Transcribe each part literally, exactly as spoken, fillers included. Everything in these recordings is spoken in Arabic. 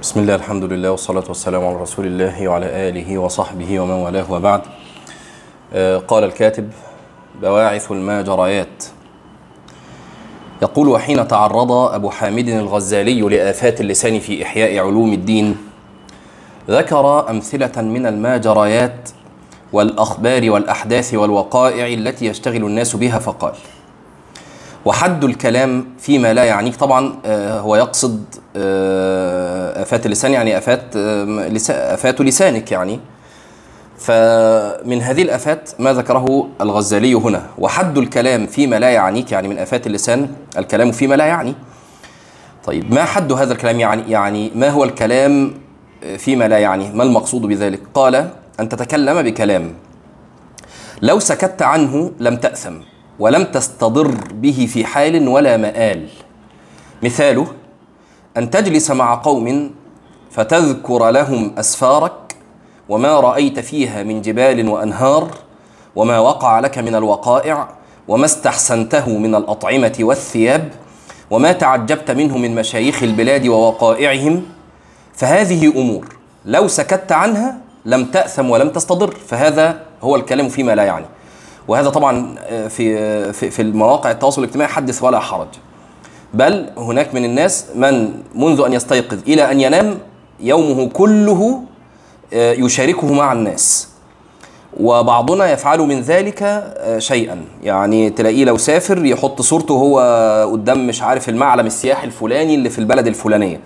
بسم الله، الحمد لله، والصلاة والسلام على رسول الله وعلى آله وصحبه ومن والاه، وبعد. آه قال الكاتب: بواعث الماجريات. يقول: وحين تعرض أبو حامد الغزالي لآفات اللسان في إحياء علوم الدين، ذكر أمثلة من الماجريات والأخبار والأحداث والوقائع التي يشتغل الناس بها، فقال: وحد الكلام فيما لا يعنيك. طبعا هو يقصد آفات اللسان، يعني آفات آفات لسانك يعني. فمن هذه الآفات ما ذكره الغزالي هنا: وحد الكلام فيما لا يعنيك، يعني من آفات اللسان الكلام فيما لا يعني. طيب، ما حد هذا الكلام؟ يعني يعني ما هو الكلام فيما لا يعني؟ ما المقصود بذلك؟ قال: أن تتكلم بكلام لو سكت عنه لم تأثم ولم تستضر به في حال ولا مآل. مثاله: أن تجلس مع قوم فتذكر لهم أسفارك وما رأيت فيها من جبال وأنهار، وما وقع لك من الوقائع، وما استحسنته من الأطعمة والثياب، وما تعجبت منه من مشايخ البلاد ووقائعهم. فهذه أمور لو سكت عنها لم تأثم ولم تستضر، فهذا هو الكلام فيما لا يعني. وهذا طبعا في في في المواقع التواصل الاجتماعي حدث ولا حرج، بل هناك من الناس من منذ أن يستيقظ إلى أن ينام يومه كله يشاركه مع الناس، وبعضنا يفعل من ذلك شيئا. يعني تلاقيه لو سافر يحط صورته هو قدام مش عارف المعلم السياحي الفلاني اللي في البلد الفلانية،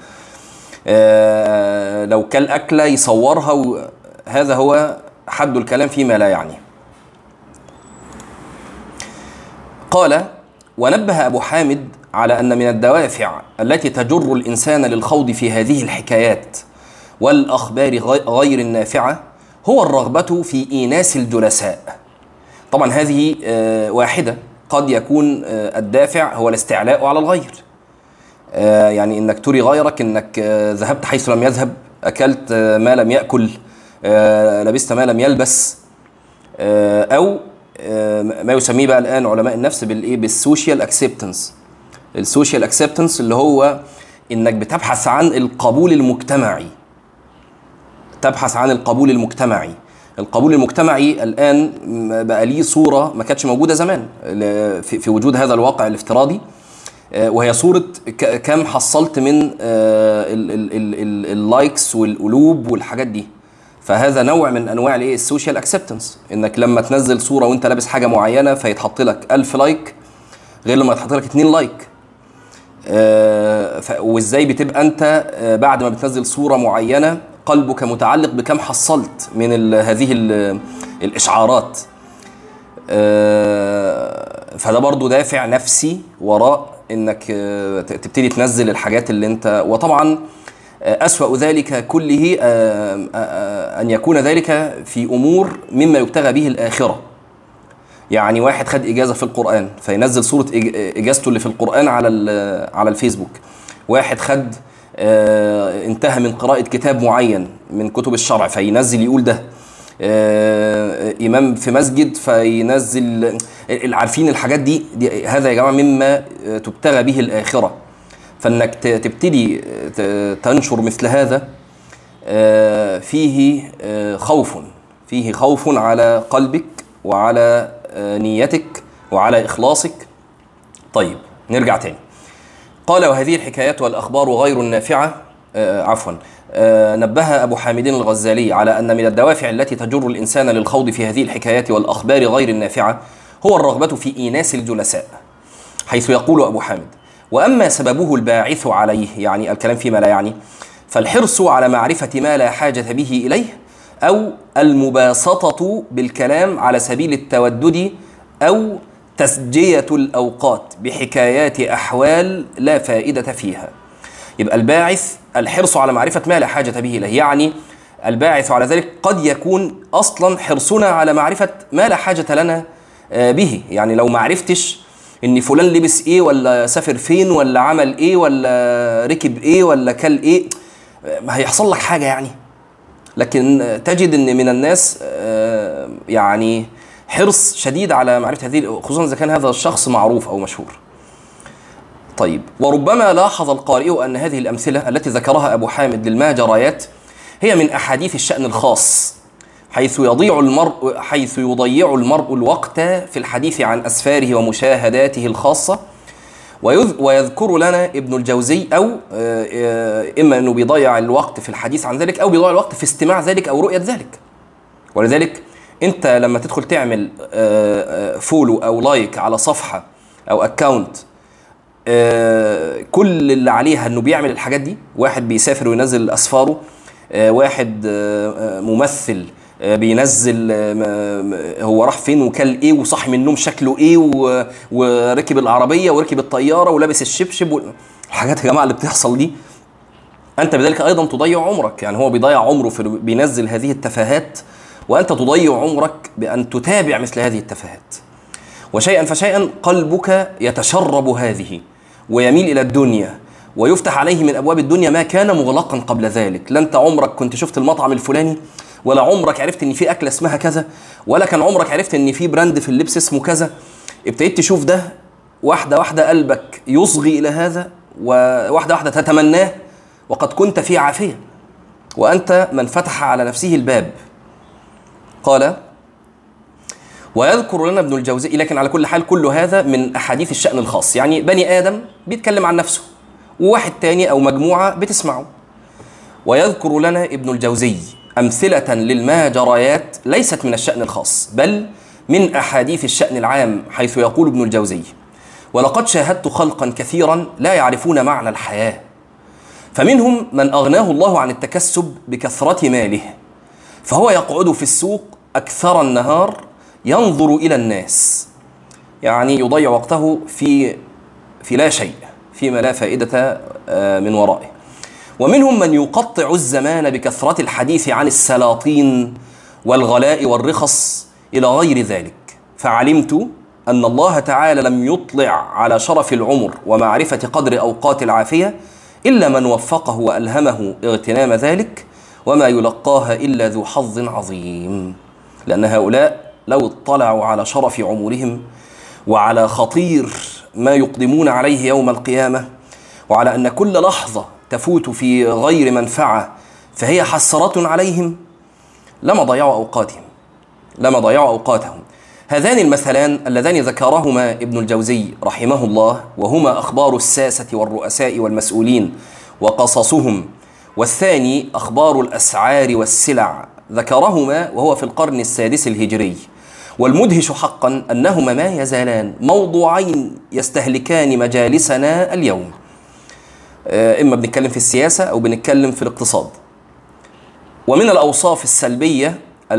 لو كل أكلة يصورها. هذا هو حد الكلام فيما لا يعني. قال: ونبه أبو حامد على أن من الدوافع التي تجر الإنسان للخوض في هذه الحكايات والأخبار غير النافعة هو الرغبة في إيناس الجلساء. طبعا هذه واحدة، قد يكون الدافع هو الاستعلاء على الغير، يعني إنك تري غيرك إنك ذهبت حيث لم يذهب، أكلت ما لم يأكل، لبست ما لم يلبس، أو ما يسميه بقى الآن علماء النفس بالإيه بالسوشيال أكسبتنس. السوشيال أكسبتنس اللي هو إنك بتبحث عن القبول المجتمعي، تبحث عن القبول المجتمعي. القبول المجتمعي الآن بقى ليه صورة ما كانتش موجودة زمان في وجود هذا الواقع الافتراضي، وهي صورة كم حصلت من اللايكس والقلوب والحاجات دي. فهذا نوع من انواع الايه السوشيال اكسبتنس، انك لما تنزل صوره وانت لابس حاجه معينه فيتحط لك ألف لايك غير لما يتحط لك اتنين لايك. آه وازاي بتبقى انت آه بعد ما بتنزل صوره معينه قلبك متعلق بكم حصلت من ال هذه ال الاشعارات. آه فده برضو دافع نفسي وراء انك آه تبتدي تنزل الحاجات اللي انت. وطبعا أسوأ ذلك كله أن يكون ذلك في أمور مما يبتغى به الآخرة. يعني واحد خد إجازة في القرآن فينزل صورة إجازته اللي في القرآن على على الفيسبوك. واحد خد انتهى من قراءة كتاب معين من كتب الشرع فينزل يقول ده. إمام في مسجد فينزل. عارفين الحاجات دي, دي هذا يا جماعة مما تبتغى به الآخرة. فانك تبتدي تنشر مثل هذا فيه خوف فيه خوف على قلبك وعلى نيتك وعلى إخلاصك. طيب، نرجع تاني. قال: وهذه الحكايات والأخبار غير النافعة عفوا نبه أبو حامد الغزالي على أن من الدوافع التي تجر الإنسان للخوض في هذه الحكايات والأخبار غير النافعة هو الرغبة في إيناس الجلساء، حيث يقول أبو حامد: وأما سببه الباعث عليه، يعني الكلام فيما لا يعني، فالحرص على معرفة ما لا حاجة به إليه، أو المباسطة بالكلام على سبيل التودد، أو تسجية الأوقات بحكايات أحوال لا فائدة فيها. يبقى الباعث الحرص على معرفة ما لا حاجة به إليه، يعني الباعث على ذلك قد يكون أصلا حرصنا على معرفة ما لا حاجة لنا به. يعني لو معرفتش ان فلان لبس ايه ولا سافر فين ولا عمل ايه ولا ركب ايه ولا كل ايه، هيحصل لك حاجة يعني. لكن تجد ان من الناس يعني حرص شديد على معرفة هذه، خصوصا اذا كان هذا الشخص معروف او مشهور. طيب، وربما لاحظ القارئ أن هذه الأمثلة التي ذكرها أبو حامد للماجريات هي من أحاديث الشأن الخاص، حيث يضيع المرء حيث يضيع المرء الوقت في الحديث عن أسفاره ومشاهداته الخاصة، ويذكر لنا ابن الجوزي أو إما أنه بيضيع الوقت في الحديث عن ذلك أو بيضيع الوقت في استماع ذلك أو رؤية ذلك. ولذلك أنت لما تدخل تعمل فولو أو لايك على صفحة أو أكاونت كل اللي عليها أنه بيعمل الحاجات دي، واحد بيسافر وينزل أسفاره، واحد ممثل بينزل هو راح فين وكل ايه وصح من النوم شكله ايه وركب العربيه وركب الطياره ولابس الشبشب، الحاجات يا جماعه اللي بتحصل دي انت بذلك ايضا تضيع عمرك. يعني هو بيضيع عمره في بينزل هذه التفاهات، وانت تضيع عمرك بان تتابع مثل هذه التفاهات. وشيئا فشيئا قلبك يتشرب هذه ويميل الى الدنيا، ويفتح عليه من ابواب الدنيا ما كان مغلقا قبل ذلك. لا انت عمرك كنت شفت المطعم الفلاني، ولا عمرك عرفت ان في اكله اسمها كذا، ولا كان عمرك عرفت ان في براند في اللبس اسمه كذا. ابتديت تشوف ده واحده واحده، قلبك يصغي الى هذا، وواحده واحده تتمناه، وقد كنت في عافيه وانت من فتح على نفسه الباب. قال ويذكر لنا ابن الجوزي، لكن على كل حال كل هذا من احاديث الشأن الخاص، يعني بني ادم بيتكلم عن نفسه وواحد تاني او مجموعه بتسمعه. ويذكر لنا ابن الجوزي أمثلة للماجريات ليست من الشأن الخاص بل من أحاديث الشأن العام، حيث يقول ابن الجوزي: ولقد شاهدت خلقا كثيرا لا يعرفون معنى الحياة، فمنهم من أغناه الله عن التكسب بكثرة ماله، فهو يقعد في السوق أكثر النهار ينظر إلى الناس، يعني يضيع وقته في في لا شيء، فيما لا فائدة من ورائه. ومنهم من يقطع الزمان بكثرة الحديث عن السلاطين والغلاء والرخص إلى غير ذلك، فعلمت أن الله تعالى لم يطلع على شرف العمر ومعرفة قدر أوقات العافية إلا من وفقه وألهمه اغتنام ذلك، وما يلقاها إلا ذو حظ عظيم. لأن هؤلاء لو اطلعوا على شرف عمرهم وعلى خطير ما يقدمون عليه يوم القيامة، وعلى أن كل لحظة تفوت في غير منفعة فهي حسرة عليهم، لما ضيعوا أوقاتهم لما ضيعوا أوقاتهم هذان المثلان اللذان ذكرهما ابن الجوزي رحمه الله، وهما أخبار الساسة والرؤساء والمسؤولين وقصصهم، والثاني أخبار الأسعار والسلع، ذكرهما وهو في القرن السادس الهجري. والمدهش حقا أنهما ما يزالان موضوعين يستهلكان مجالسنا اليوم، إما بنتكلم في السياسة أو بنتكلم في الاقتصاد. ومن الأوصاف السلبية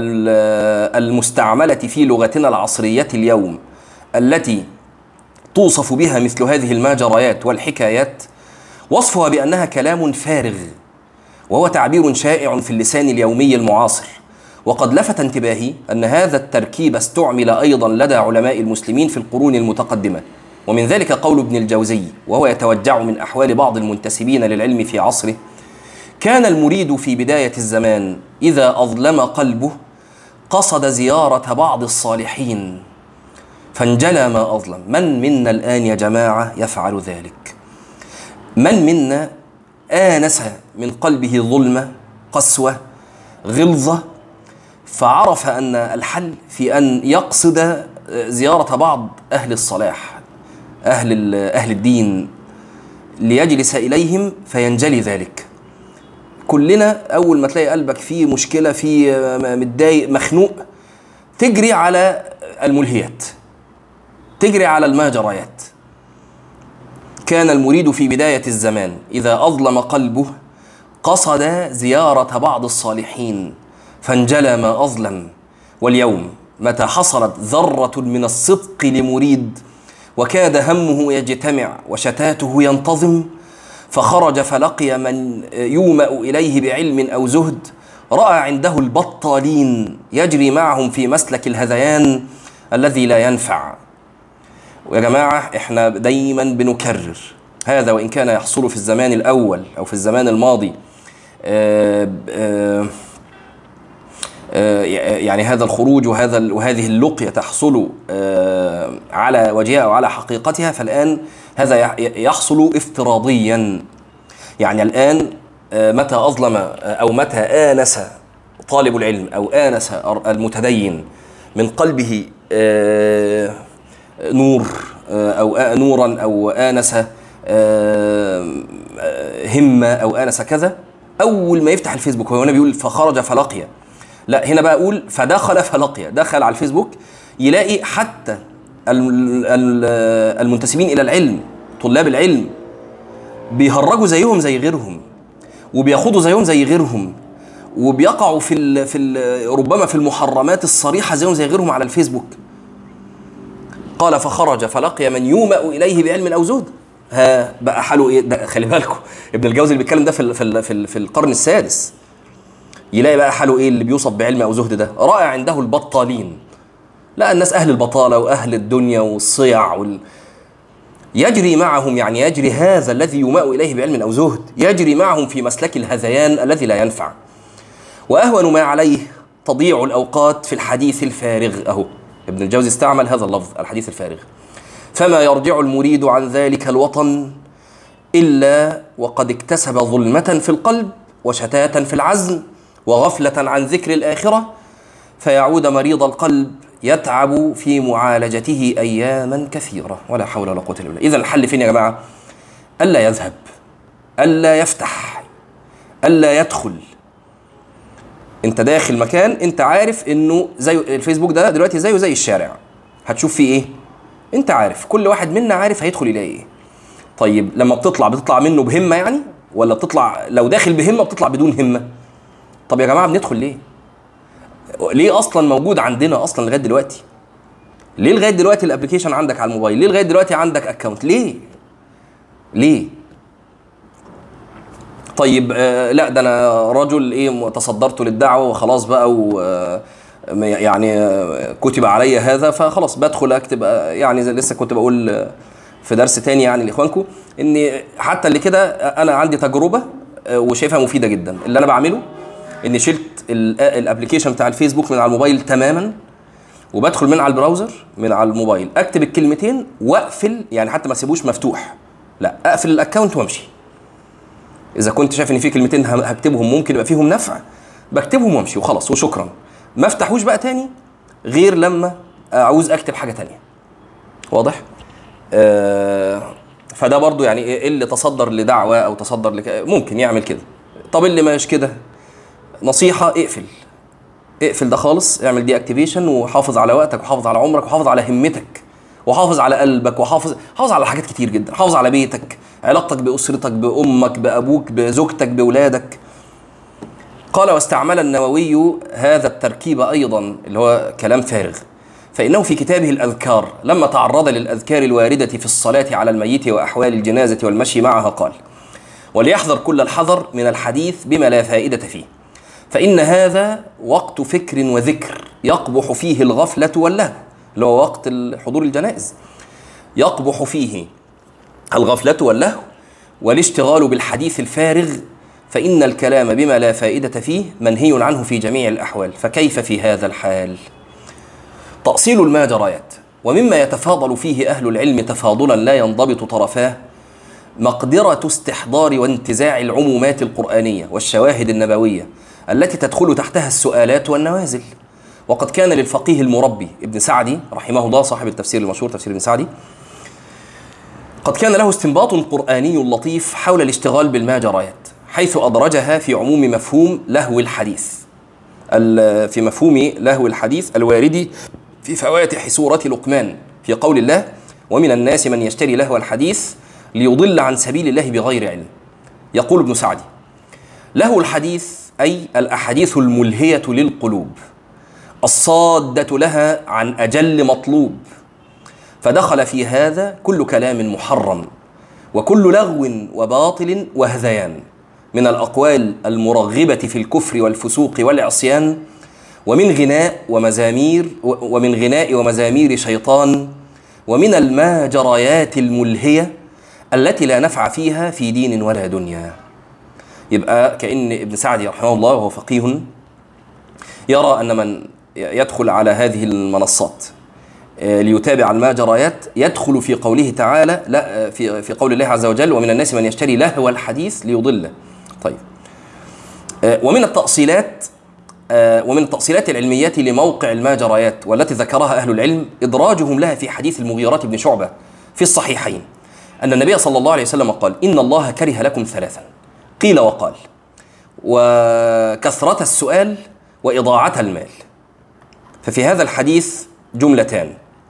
المستعملة في لغتنا العصرية اليوم التي توصف بها مثل هذه الماجريات والحكايات وصفها بأنها كلام فارغ، وهو تعبير شائع في اللسان اليومي المعاصر. وقد لفت انتباهي أن هذا التركيب استعمل أيضا لدى علماء المسلمين في القرون المتقدمة، ومن ذلك قول ابن الجوزي وهو يتوجع من أحوال بعض المنتسبين للعلم في عصره: كان المريد في بداية الزمان إذا أظلم قلبه قصد زيارة بعض الصالحين فانجلى ما أظلم. من منا الآن يا جماعة يفعل ذلك؟ من منا آنس من قلبه ظلمة، قسوة، غلظة، فعرف أن الحل في أن يقصد زيارة بعض أهل الصلاح، أهل, أهل الدين، ليجلس إليهم فينجلي ذلك. كلنا أول ما تلاقي قلبك فيه مشكلة، فيه متضايق، مخنوق، تجري على الملهيات، تجري على الماجريات. كان المريد في بداية الزمان إذا أظلم قلبه قصد زيارة بعض الصالحين فانجلى ما أظلم. واليوم متى حصلت ذرة من الصدق لمريد وكاد همه يجتمع وشتاته ينتظم، فخرج فلقي من يومأ إليه بعلم أو زهد، رأى عنده البطالين يجري معهم في مسلك الهذيان الذي لا ينفع. ويا جماعة احنا دايما بنكرر هذا، وإن كان يحصل في الزمان الأول أو في الزمان الماضي آآ آآ يعني هذا الخروج وهذا وهذه اللقية تحصل على وجهها أو على حقيقتها، فالآن هذا يحصل افتراضيا. يعني الآن متى أظلم أو متى آنس طالب العلم أو آنس المتدين من قلبه نور أو نورا أو آنس همة أو آنس كذا، أول ما يفتح الفيسبوك، هو هنا بيقول فخرج فلقي، لا هنا بقى أقول فدخل فلقي، دخل على الفيسبوك يلاقي حتى المنتسبين إلى العلم طلاب العلم بيهرجوا زيهم زي غيرهم، وبياخدوا زيهم زي غيرهم، وبيقعوا في ال في ال ربما في المحرمات الصريحة زيهم زي غيرهم على الفيسبوك. قال فخرج فلقي من يومأ إليه بعلم أو زهد. ها بقى حاله إيه؟ ده خلي بالكم ابن الجوزي اللي بيتكلم ده في في في, في القرن السادس، يلاقي بقى حاله إيه اللي بيوصف بعلم أو زهد ده؟ رأى عنده البطالين، لا الناس أهل البطالة وأهل الدنيا والصيع وال... يجري معهم، يعني يجري هذا الذي يومأ إليه بعلم أو زهد يجري معهم في مسلك الهذيان الذي لا ينفع، وأهون ما عليه تضيع الأوقات في الحديث الفارغ. أهو ابن الجوزي استعمل هذا اللفظ الحديث الفارغ. فما يرجع المريد عن ذلك الوطن إلا وقد اكتسب ظلمة في القلب وشتاتا في العزم وغفلة عن ذكر الآخرة، فيعود مريض القلب يتعب في معالجته أياما كثيرة، ولا حول ولا قوة إلا بالله. إذن الحل فين يا جماعة؟ ألا يذهب، ألا يفتح، ألا يدخل. أنت داخل مكان أنت عارف إنه زي الفيسبوك ده دلوقتي زيه زي الشارع، هتشوف فيه إيه؟ أنت عارف، كل واحد منا عارف هيدخل يلاقي إيه. طيب لما بتطلع بتطلع منه بهمة يعني، ولا بتطلع لو داخل بهمة بتطلع بدون همة؟ طب يا جماعة بندخل ليه؟ ليه اصلا موجود عندنا اصلا لغايه دلوقتي؟ ليه لغايه دلوقتي الابلكيشن عندك على الموبايل؟ ليه لغايه دلوقتي عندك اكونت؟ ليه ليه طيب آه لا ده انا رجل ايه تصدرت للدعوه وخلاص بقى، و آه يعني آه كتب علي هذا فخلاص بدخل اكتب. آه يعني زي لسه كنت بقول آه في درس تاني يعني لاخوانكم ان حتى اللي كده انا عندي تجربه آه وشايفها مفيده جدا. اللي انا بعمله اني شلت الابلكيشن بتاع الفيسبوك من على الموبايل تماما، وبدخل من على البراوزر من على الموبايل اكتب الكلمتين واقفل، يعني حتى ما اسيبوش مفتوح، لا اقفل الاكونت وامشي. اذا كنت شايف ان في كلمتين هكتبهم ممكن يبقى فيهم نفع بكتبهم وامشي وخلاص وشكرا، ما افتحوش بقى تاني غير لما اعوز اكتب حاجه تانية. واضح؟ آه فده برضو يعني اللي تصدر لدعوه او تصدر لك ممكن يعمل كده. طب اللي ماش كده نصيحة اقفل اقفل ده خالص، اعمل دي اكتيفيشن وحافظ على وقتك وحافظ على عمرك وحافظ على همتك وحافظ على قلبك وحافظ حافظ على حاجات كتير جدا. حافظ على بيتك، علاقتك بأسرتك، بأمك، بأبوك، بزوجتك، بأولادك. قال واستعمل النووي هذا التركيب أيضا اللي هو كلام فارغ، فإنه في كتابه الأذكار لما تعرض للأذكار الواردة في الصلاة على الميت وأحوال الجنازة والمشي معها قال وليحذر كل الحذر من الحديث بما لا فائدة فيه، فإن هذا وقت فكر وذكر يقبح فيه الغفلة واللهو، اللي هو وقت حضور الجنائز يقبح فيه الغفلة واللهو والاشتغال بالحديث الفارغ، فإن الكلام بما لا فائدة فيه منهي عنه في جميع الأحوال، فكيف في هذا الحال؟ تأصيل الماجريات. ومما يتفاضل فيه أهل العلم تفاضلا لا ينضبط طرفاه مقدرة استحضار وانتزاع العمومات القرآنية والشواهد النبوية التي تدخل تحتها السؤالات والنوازل. وقد كان للفقيه المربي ابن سعدي رحمه الله صاحب التفسير المشهور تفسير ابن سعدي، قد كان له استنباط قرآني لطيف حول الاشتغال بالماجريات، حيث أدرجها في عموم مفهوم لهو الحديث في مفهوم لهو الحديث الواردي في فواتح سورة لقمان في قول الله ومن الناس من يشتري لهو الحديث ليضل عن سبيل الله بغير علم. يقول ابن سعدي لهو الحديث أي الأحاديث الملهية للقلوب الصادة لها عن أجل مطلوب، فدخل في هذا كل كلام محرم وكل لغو وباطل وهذيان من الأقوال المرغبة في الكفر والفسوق والعصيان، ومن غناء ومزامير ومن غناء ومزامير شيطان، ومن الماجريات الملهية التي لا نفع فيها في دين ولا دنيا. يبقى كأن ابن سعدي رحمه الله وهو فقيه يرى أن من يدخل على هذه المنصات ليتابع المجريات يدخل في قوله تعالى، لا في في قول الله عز وجل: ومن الناس من يشتري لهو الحديث ليضله. طيب، ومن التأصيلات ومن التأصيلات العلمية لموقع المجريات والتي ذكرها أهل العلم إدراجهم لها في حديث المغيرة بن شعبة في الصحيحين أن النبي صلى الله عليه وسلم قال: إن الله كره لكم ثلاثا، قيل وقال، وكثرة السؤال وإضاعة المال. ففي هذا الحديث جملتان: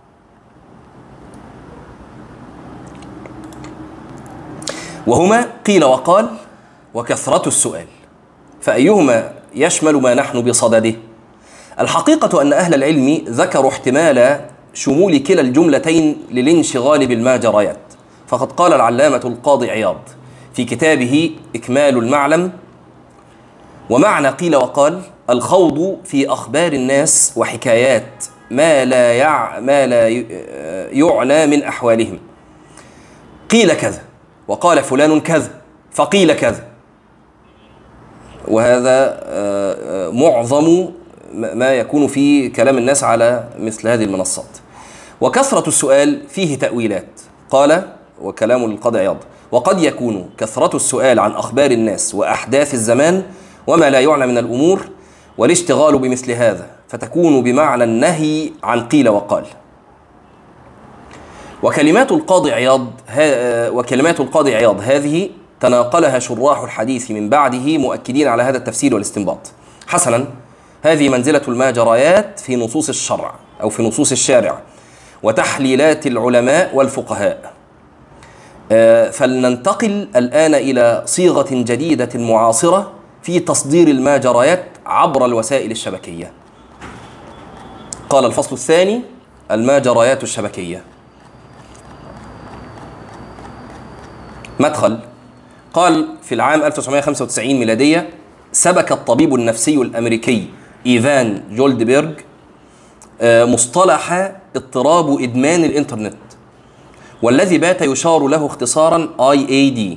وهما قيل وقال وكثرة السؤال، فأيهما يشمل ما نحن بصدده؟ الحقيقة أن أهل العلم ذكروا احتمال شمول كلا الجملتين للانشغال بالمجريات، فقد قال العلامة القاضي عياض في كتابه إكمال المعلم: ومعنى قيل وقال الخوض في أخبار الناس وحكايات ما لا يع... ما لا يعنى من أحوالهم. قيل كذا وقال فلان كذا فقيل كذا، وهذا معظم ما يكون في كلام الناس على مثل هذه المنصات. وكثرة السؤال فيه تأويلات، قال وكلام القاضي عياض: وقد يكون كثرة السؤال عن أخبار الناس وأحداث الزمان وما لا يعنى من الأمور والاشتغال بمثل هذا، فتكون بمعنى النهي عن قيل وقال. وكلمات القاضي عياض وكلمات القاضي عياض هذه تناقلها شراح الحديث من بعده مؤكدين على هذا التفسير والاستنباط. حسنا، هذه منزلة المجريات في نصوص الشرع أو في نصوص الشارع وتحليلات العلماء والفقهاء. فلننتقل الآن إلى صيغة جديدة معاصرة في تصدير المجريات عبر الوسائل الشبكية. قال الفصل الثاني: المجريات الشبكية. مدخل. قال في العام ألف وتسعمائة وخمسة وتسعين ميلادية سبك الطبيب النفسي الأمريكي إيفان جولدبرغ مصطلح اضطراب إدمان الإنترنت، والذي بات يشار له اختصارا آي إيه دي.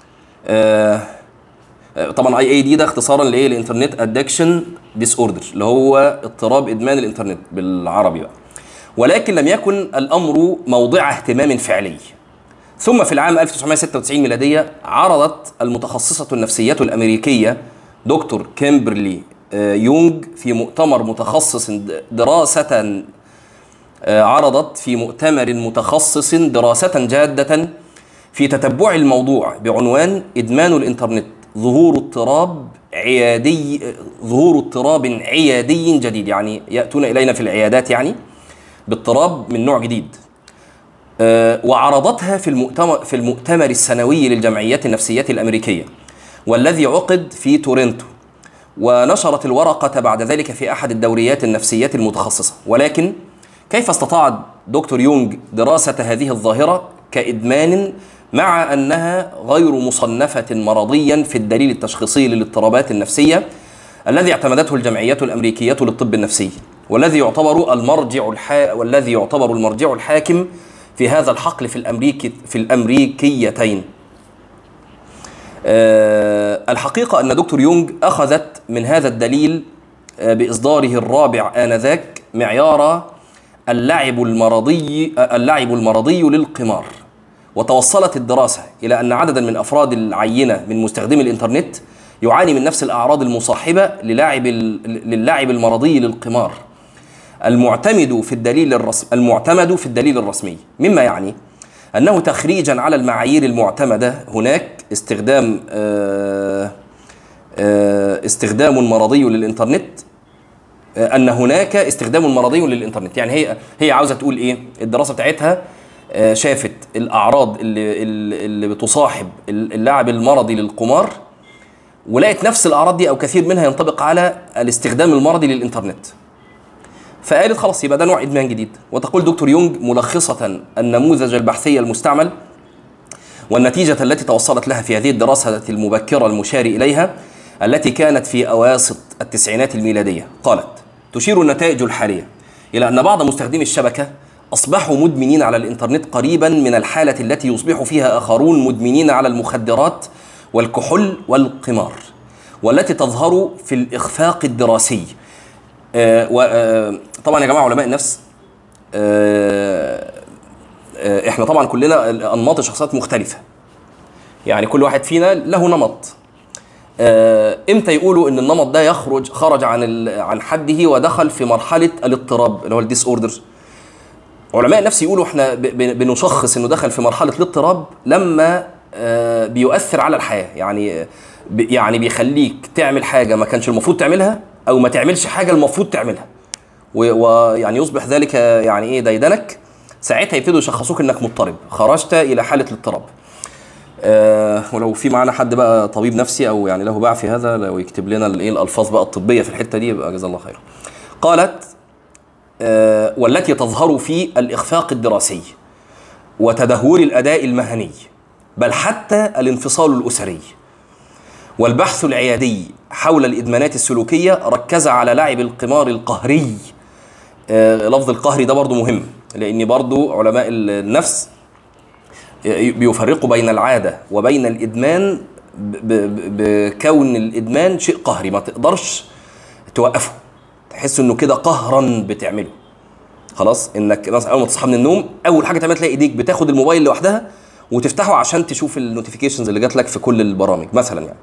طبعا آي إيه دي ده اختصارا لإيه؟ الإنترنت أدكشن ديسأوردر، اللي هو اضطراب إدمان الإنترنت بالعربي بقى. ولكن لم يكن الأمر موضع اهتمام فعلي. ثم في العام ألف وتسعمائة وستة وتسعين ميلادية عرضت المتخصصة النفسية الأمريكية دكتور كيمبرلي يونغ في مؤتمر متخصص دراسة عرضت في مؤتمر متخصص دراسة جادة في تتبع الموضوع بعنوان إدمان الإنترنت، ظهور اضطراب عيادي ظهور اضطراب عيادي جديد، يعني يأتون إلينا في العيادات يعني باضطراب من نوع جديد. وعرضتها في المؤتمر في المؤتمر السنوي للجمعيات النفسية الأمريكية والذي عقد في تورنتو، ونشرت الورقة بعد ذلك في أحد الدوريات النفسية المتخصصة. ولكن كيف استطاع دكتور يونغ دراسة هذه الظاهرة كإدمان مع أنها غير مصنفة مرضيا في الدليل التشخيصي للاضطرابات النفسية الذي اعتمدته الجمعيات الأمريكية للطب النفسي، والذي يعتبر المرجع الحا... والذي يعتبر المرجع الحاكم في هذا الحقل في الأمريكي في الأمريكيتين. أه الحقيقة أن دكتور يونغ أخذت من هذا الدليل بإصداره الرابع آنذاك معيار اللعب المرضي اللعب المرضي للقمار، وتوصلت الدراسة إلى أن عددا من أفراد العينة من مستخدمي الإنترنت يعاني من نفس الأعراض المصاحبة للعب للعب المرضي للقمار المعتمد في الدليل الرسمي المعتمد في الدليل الرسمي، مما يعني أنه تخريجا على المعايير المعتمدة هناك استخدام استخدام مرضي للإنترنت أن هناك استخدام مرضي للإنترنت. يعني هي هي عاوزة تقول إيه؟ الدراسة بتاعتها شافت الأعراض اللي اللي بتصاحب اللعب المرضي للقمار، ولقت نفس الأعراض دي أو كثير منها ينطبق على الاستخدام المرضي للإنترنت، فقالت خلاص يبقى ده نوع إدمان جديد. وتقول دكتور يونغ ملخصة النموذج البحثي المستعمل والنتيجة التي توصلت لها في هذه الدراسة المبكرة المشار إليها التي كانت في أواسط التسعينات الميلادية، قالت: تشير النتائج الحالية إلى أن بعض مستخدمي الشبكة أصبحوا مدمنين على الإنترنت قريبا من الحالة التي يصبح فيها آخرون مدمنين على المخدرات والكحول والقمار، والتي تظهر في الإخفاق الدراسي طبعا يا جماعه علماء النفس آه احنا طبعا كلنا انماط الشخصيات مختلفه، يعني كل واحد فينا له نمط. آه امتى يقولوا ان النمط ده يخرج خرج عن عن حده ودخل في مرحله الاضطراب اللي هو الديس اوردر؟ علماء النفس يقولوا احنا بنشخص انه دخل في مرحله الاضطراب لما آه بيؤثر على الحياه، يعني يعني بيخليك تعمل حاجه ما كانش المفروض تعملها، او ما تعملش حاجه المفروض تعملها، ويعني يصبح ذلك يعني ايه ديدنك. ساعتها يبتدوا يشخصوك انك مضطرب، خرجت الى حاله الاضطراب. أه ولو في معنا حد بقى طبيب نفسي او يعني له باع في هذا، لو يكتب لنا الايه الالفاظ بقى الطبيه في الحته دي يبقى جزاه الله خير. قالت أه والتي تظهر في الاخفاق الدراسي وتدهور الاداء المهني، بل حتى الانفصال الاسري. والبحث العيادي حول الادمانات السلوكيه ركز على لعب القمار القهري. أه لفظ القهري ده برضو مهم، لأن برضو علماء النفس بيفرقوا بين العادة وبين الإدمان بكون الإدمان شيء قهري ما تقدرش توقفه، تحس إنه كده قهرا بتعمله. خلاص إنك مثلا أول ما تصحى من النوم أول حاجة تعمل تلاقي إيديك بتاخد الموبايل لوحدها وتفتحه عشان تشوف النوتيفيكيشنز اللي جات لك في كل البرامج مثلا يعني.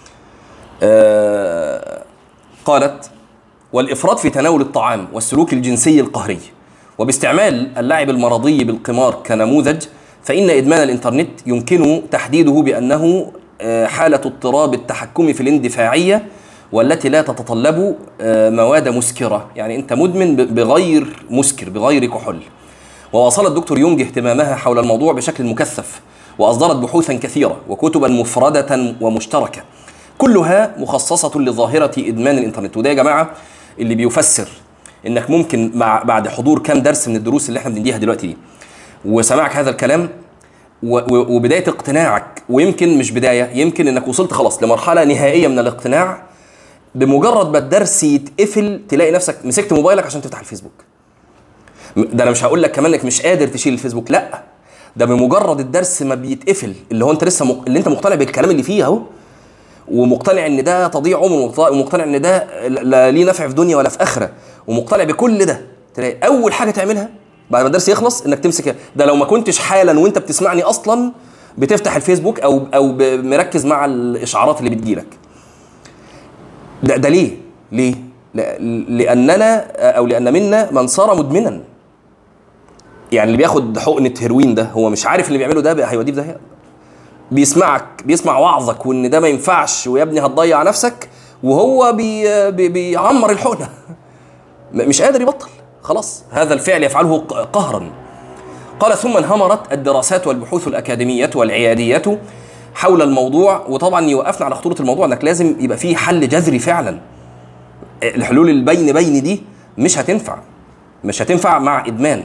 آه قالت والإفراط في تناول الطعام والسلوك الجنسي القهري، وباستعمال اللعب المرضي بالقمار كنموذج، فإن إدمان الإنترنت يمكن تحديده بأنه حالة اضطراب التحكم في الاندفاعية والتي لا تتطلب مواد مسكرة، يعني أنت مدمن بغير مسكر بغير كحول. وواصل الدكتور يونغ اهتمامها حول الموضوع بشكل مكثف، وأصدرت بحوثا كثيرة وكتبا مفردة ومشتركة كلها مخصصة لظاهرة إدمان الإنترنت. وده يا جماعة اللي بيفسر انك ممكن مع بعد حضور كام درس من الدروس اللي احنا بنديها دلوقتي دي وسماعك هذا الكلام وبدايه اقتناعك، ويمكن مش بدايه، يمكن انك وصلت خلاص لمرحله نهائيه من الاقتناع، بمجرد ما الدرس يتقفل تلاقي نفسك مسكت موبايلك عشان تفتح الفيسبوك. ده انا مش هقول لك كمان انك مش قادر تشيل الفيسبوك، لا، ده بمجرد الدرس ما بيتقفل اللي هو انت لسه م... اللي انت مقتنع بالكلام اللي فيه اهو، ومقتنع ان ده تضييع عمر، ومقتنع ان ده لا ليه نفع في دنيا ولا في اخره، ومقتنع بكل ده، تلاقي اول حاجه تعملها بعد ما الدرس يخلص انك تمسك ده. لو ما كنتش حالا وانت بتسمعني اصلا بتفتح الفيسبوك او او مركز مع الاشعارات اللي بتجيلك. ده ده ليه؟ ليه؟ لاننا او لان منا من صار مدمنا. يعني اللي بياخد حقنه هيروين ده هو مش عارف اللي بيعمله ده هيوديه في داهيه. بيسمعك بيسمع وعظك وان ده ما ينفعش ويا ابني هتضيع نفسك، وهو بي بي بيعمر الحقنه مش قادر يبطل، خلاص هذا الفعل يفعله قهرا. قال ثم انهمرت الدراسات والبحوث الأكاديمية والعيادية حول الموضوع، وطبعا يوقفنا على خطورة الموضوع انك لازم يبقى فيه حل جذري فعلا. الحلول البين بين دي مش هتنفع مش هتنفع مع إدمان.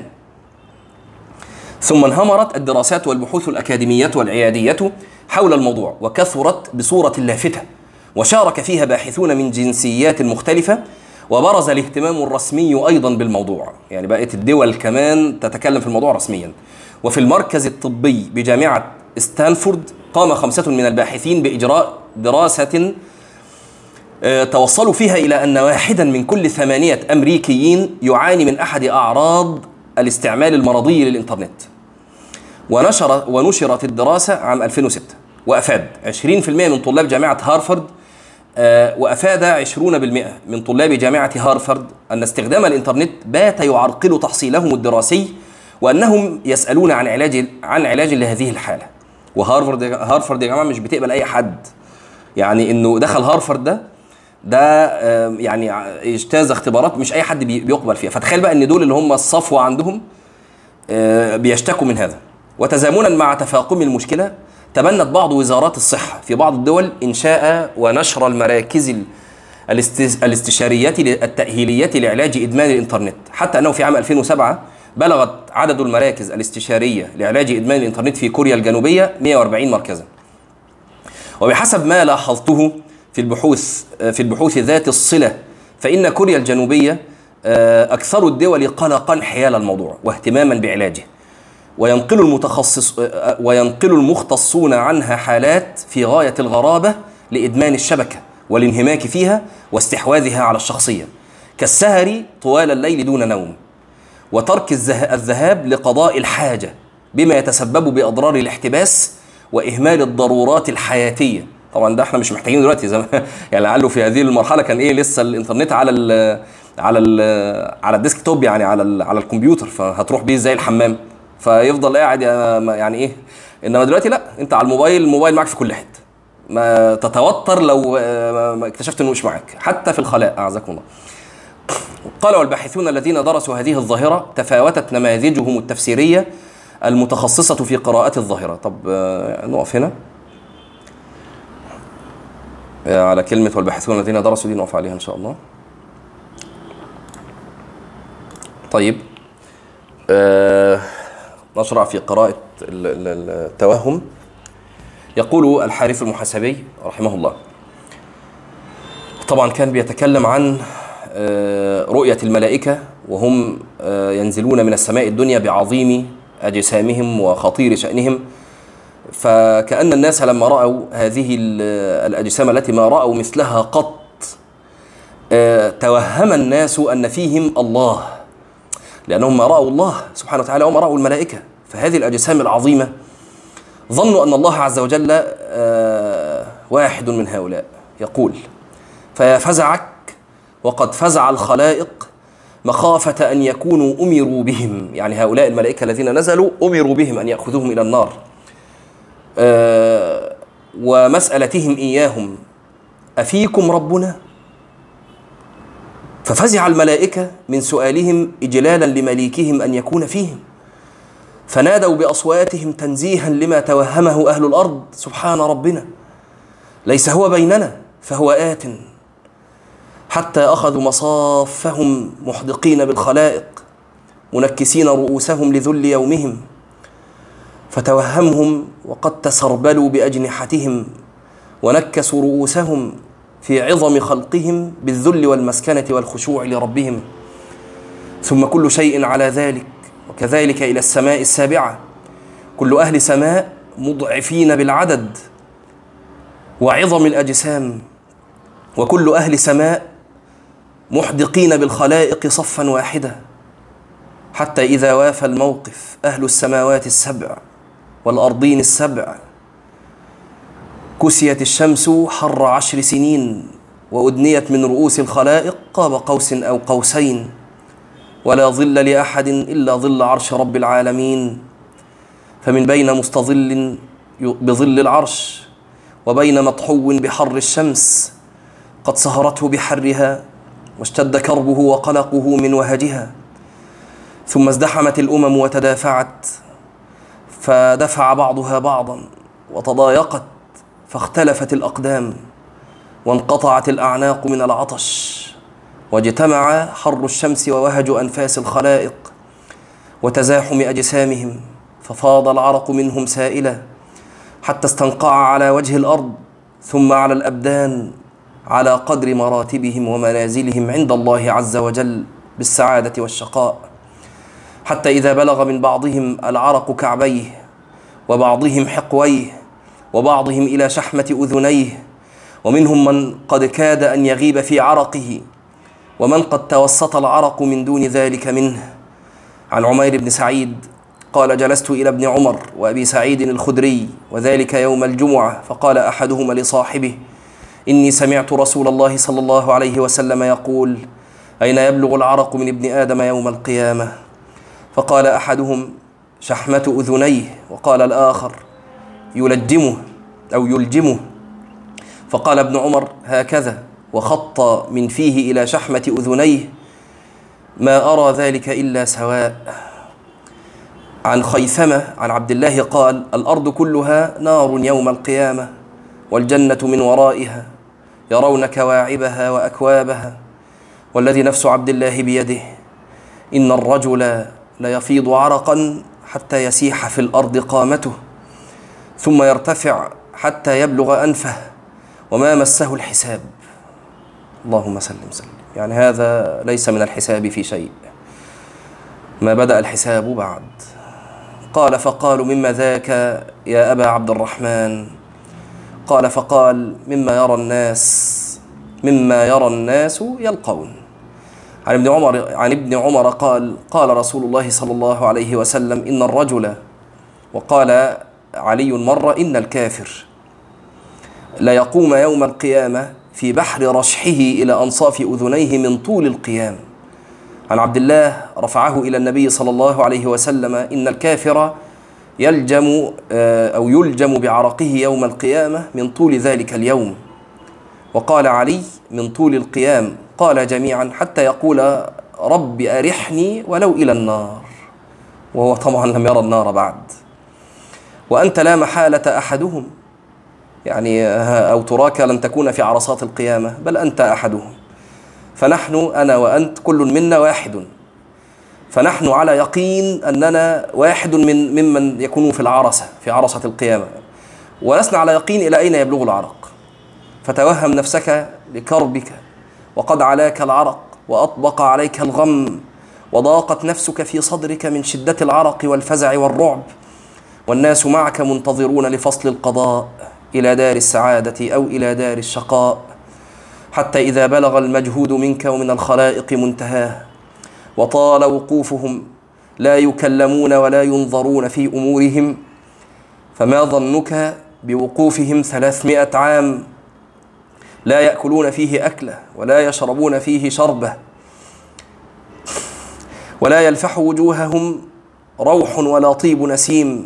ثم انهمرت الدراسات والبحوث الأكاديمية والعيادية حول الموضوع وكثرت بصورة لافتة، وشارك فيها باحثون من جنسيات مختلفة، وبرز الاهتمام الرسمي أيضا بالموضوع، يعني بقت الدول كمان تتكلم في الموضوع رسميا. وفي المركز الطبي بجامعة ستانفورد قام خمسة من الباحثين بإجراء دراسة توصلوا فيها إلى أن واحدا من كل ثمانية أمريكيين يعاني من أحد أعراض الاستعمال المرضي للإنترنت. ونشر ونشرت الدراسة عام ألفين وستة، وأفاد عشرين بالمئة من طلاب جامعة هارفارد وأفاد عشرين بالمئة من طلاب جامعة هارفارد أن استخدام الإنترنت بات يعرقل تحصيلهم الدراسي، وأنهم يسألون عن علاج عن علاج لهذه الحالة. وهارفارد هارفارد يا جماعة مش بتقبل أي حد، يعني إنه دخل هارفارد ده ده يعني اجتاز اختبارات مش أي حد بيقبل فيها. فتخيل بقى إن دول اللي هم الصفوة عندهم بيشتكوا من هذا. وتزامنا مع تفاقم المشكلة تبنت بعض وزارات الصحة في بعض الدول إنشاء ونشر المراكز الاستشارية التأهيلية لعلاج إدمان الإنترنت، حتى أنه في عام ألفين وسبعة بلغت عدد المراكز الاستشارية لعلاج إدمان الإنترنت في كوريا الجنوبية مئة وأربعين مركزا. وبحسب ما لاحظته في البحوث في البحوث ذات الصلة، فإن كوريا الجنوبية أكثر الدول قلقا حيال الموضوع واهتماما بعلاجه، وينقل المتخصص وينقل المختصون عنها حالات في غاية الغرابة لإدمان الشبكة والانهماك فيها واستحواذها على الشخصية، كالسهر طوال الليل دون نوم، وترك الذهاب لقضاء الحاجة بما يتسبب بأضرار الاحتباس وإهمال الضرورات الحياتية. طبعا ده احنا مش محتاجين دلوقتي زي يعني لعله في هذه المرحلة كان ايه لسه الانترنت على ال على ال على الديسك توب، يعني على ال على الكمبيوتر، فهتروح بيه زي الحمام فيفضل قاعد يعني ايه. انما دلوقتي لا، انت على الموبايل، الموبايل معك في كل حته، ما تتوتر لو اكتشفت انه مش معك حتى في الخلاء اعزكم الله. قال والباحثون الذين درسوا هذه الظاهرة تفاوتت نماذجهم التفسيرية المتخصصة في قراءة الظاهرة. طب نقف هنا على كلمة والباحثون الذين درسوا دي، نقف عليها إن شاء الله. طيب آه نشرع في قراءة التوهم. يقول الحارث المحاسبي رحمه الله، طبعا كان بيتكلم عن رؤية الملائكة وهم ينزلون من السماء الدنيا بعظيم أجسامهم وخطير شأنهم، فكأن الناس لما رأوا هذه الأجسام التي ما رأوا مثلها قط توهم الناس أن فيهم الله، لأنهم ما رأوا الله سبحانه وتعالى وما رأوا الملائكة. فهذه الأجسام العظيمة ظنوا أن الله عز وجل واحد من هؤلاء. يقول فيفزعك وقد فزع الخلائق مخافة أن يكونوا أمروا بهم، يعني هؤلاء الملائكة الذين نزلوا أمروا بهم أن يأخذوهم إلى النار، أه ومسألتهم إياهم أفيكم ربنا؟ ففزع الملائكة من سؤالهم إجلالا لمليكهم أن يكون فيهم، فنادوا بأصواتهم تنزيها لما توهمه أهل الأرض، سبحان ربنا ليس هو بيننا فهو آت، حتى أخذوا مصافهم محدقين بالخلائق منكسين رؤوسهم لذل يومهم، فتوهمهم وقد تسربلوا بأجنحتهم ونكسوا رؤوسهم في عظم خلقهم بالذل والمسكنة والخشوع لربهم. ثم كل شيء على ذلك، وكذلك إلى السماء السابعة كل أهل سماء مضعفين بالعدد وعظم الأجسام، وكل أهل سماء محدقين بالخلائق صفا واحدا، حتى إذا وافى الموقف أهل السماوات السبع والأرضين السبع كسيت الشمس حر عشر سنين وأدنيت من رؤوس الخلائق قاب قوس أو قوسين، ولا ظل لأحد إلا ظل عرش رب العالمين، فمن بين مستظل بظل العرش وبين مطحو بحر الشمس قد سهرته بحرها واشتد كربه وقلقه من وهجها، ثم ازدحمت الأمم وتدافعت فدفع بعضها بعضا وتضايقت فاختلفت الأقدام وانقطعت الأعناق من العطش، واجتمع حر الشمس ووهج أنفاس الخلائق وتزاحم أجسامهم، ففاض العرق منهم سائلا حتى استنقع على وجه الأرض ثم على الأبدان على قدر مراتبهم ومنازلهم عند الله عز وجل بالسعادة والشقاء، حتى إذا بلغ من بعضهم العرق كعبيه وبعضهم حقويه وبعضهم إلى شحمة أذنيه، ومنهم من قد كاد أن يغيب في عرقه ومن قد توسط العرق من دون ذلك منه. عن عمير بن سعيد قال جلست إلى ابن عمر وأبي سعيد الخدري وذلك يوم الجمعة، فقال أحدهما لصاحبه إني سمعت رسول الله صلى الله عليه وسلم يقول أين يبلغ العرق من ابن آدم يوم القيامة؟ فقال أحدهم شحمة أذنيه، وقال الآخر يلجمه أو يلجمه، فقال ابن عمر هكذا وخط من فيه إلى شحمة أذنيه ما أرى ذلك إلا سواء. عن خيثمة عن عبد الله قال الأرض كلها نار يوم القيامة والجنة من ورائها يرون كواعبها وأكوابها، والذي نفس عبد الله بيده إن الرجل ليفيض عرقا حتى يسيح في الأرض قامته ثم يرتفع حتى يبلغ أنفه وما مسه الحساب. اللهم سلم سلم، يعني هذا ليس من الحساب في شيء، ما بدأ الحساب بعد. قال فقالوا مما ذاك يا أبا عبد الرحمن؟ قال فقال مما يرى الناس مما يرى الناس يلقون، عن ابن عمر عن ابن عمر قال قال رسول الله صلى الله عليه وسلم: إن الرجل، وقال علي مرة: إن الكافر لا يقوم يوم القيامة في بحر رشحه إلى أنصاف أذنيه من طول القيام. عن عبد الله رفعه إلى النبي صلى الله عليه وسلم: إن الكافر يلجم أو يلجم بعرقه يوم القيامة من طول ذلك اليوم. وقال علي: من طول القيام. قال جميعا حتى يقول: رب أرحني ولو إلى النار، وهو طبعا لم يرى النار بعد. وأنت لا محالة أحدهم، يعني أو تراك لن تكون في عرصات القيامة، بل أنت أحدهم. فنحن أنا وأنت كل منا واحد، فنحن على يقين أننا واحد من ممن يكون في العرصة في عرصة القيامة، ولسنا على يقين إلى أين يبلغ العرق. فتوهم نفسك لكربك، وقد علاك العرق وأطبق عليك الغم، وضاقت نفسك في صدرك من شدة العرق والفزع والرعب، والناس معك منتظرون لفصل القضاء إلى دار السعادة أو إلى دار الشقاء، حتى إذا بلغ المجهود منك ومن الخلائق منتهاه وطال وقوفهم لا يكلمون ولا ينظرون في أمورهم، فما ظنك بوقوفهم ثلاثمائة عام لا يأكلون فيه أكلة ولا يشربون فيه شربة، ولا يلفح وجوههم روح ولا طيب نسيم،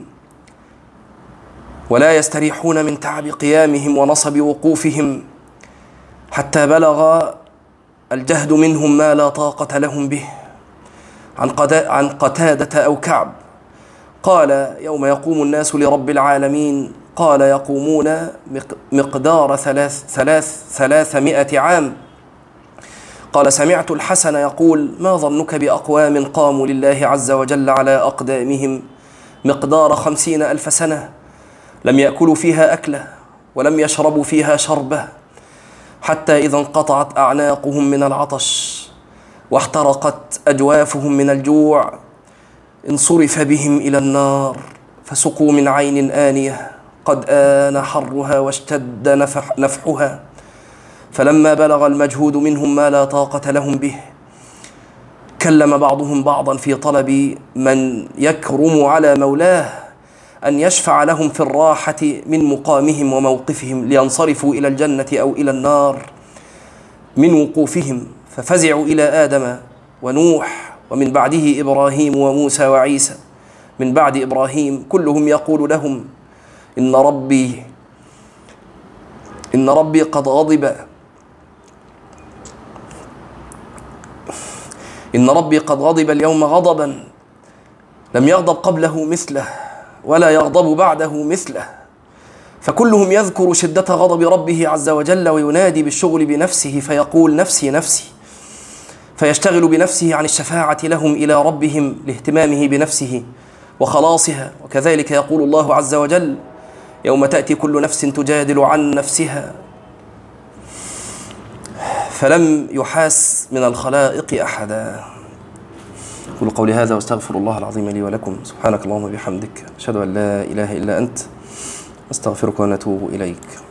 ولا يستريحون من تعب قيامهم ونصب وقوفهم، حتى بلغ الجهد منهم ما لا طاقة لهم به. عن قتادة أو كعب قال: يوم يقوم الناس لرب العالمين، قال: يقومون مقدار ثلاث ثلاث ثلاثمائة عام. قال: سمعت الحسن يقول: ما ظنك بأقوام قاموا لله عز وجل على أقدامهم مقدار خمسين ألف سنة، لم يأكلوا فيها أكلة ولم يشربوا فيها شربة، حتى إذا انقطعت أعناقهم من العطش واحترقت أجوافهم من الجوع انصرف بهم إلى النار، فسقوا من عين آنية قد آن حرها واشتد نفح نفحها، فلما بلغ المجهود منهم ما لا طاقة لهم به، كلم بعضهم بعضا في طلب من يكرم على مولاه أن يشفع لهم في الراحة من مقامهم وموقفهم، لينصرفوا إلى الجنة أو إلى النار من وقوفهم. ففزعوا إلى آدم ونوح، ومن بعده إبراهيم وموسى وعيسى. من بعد إبراهيم كلهم يقول لهم: إن ربي إن ربي قد غضب إن ربي قد غضب اليوم غضبا لم يغضب قبله مثله ولا يغضب بعده مثله. فكلهم يذكر شدة غضب ربه عز وجل وينادي بالشغل بنفسه، فيقول: نفسي نفسي، فيشتغل بنفسه عن الشفاعة لهم إلى ربهم لاهتمامه بنفسه وخلاصها. وكذلك يقول الله عز وجل: يوم تأتي كل نفس تجادل عن نفسها، فلم يحاس من الخلائق أحدا. أقول قولي هذا واستغفر الله العظيم لي ولكم. سبحانك اللهم وبحمدك، أشهد أن لا إله إلا أنت، أستغفرك ونتوب إليك.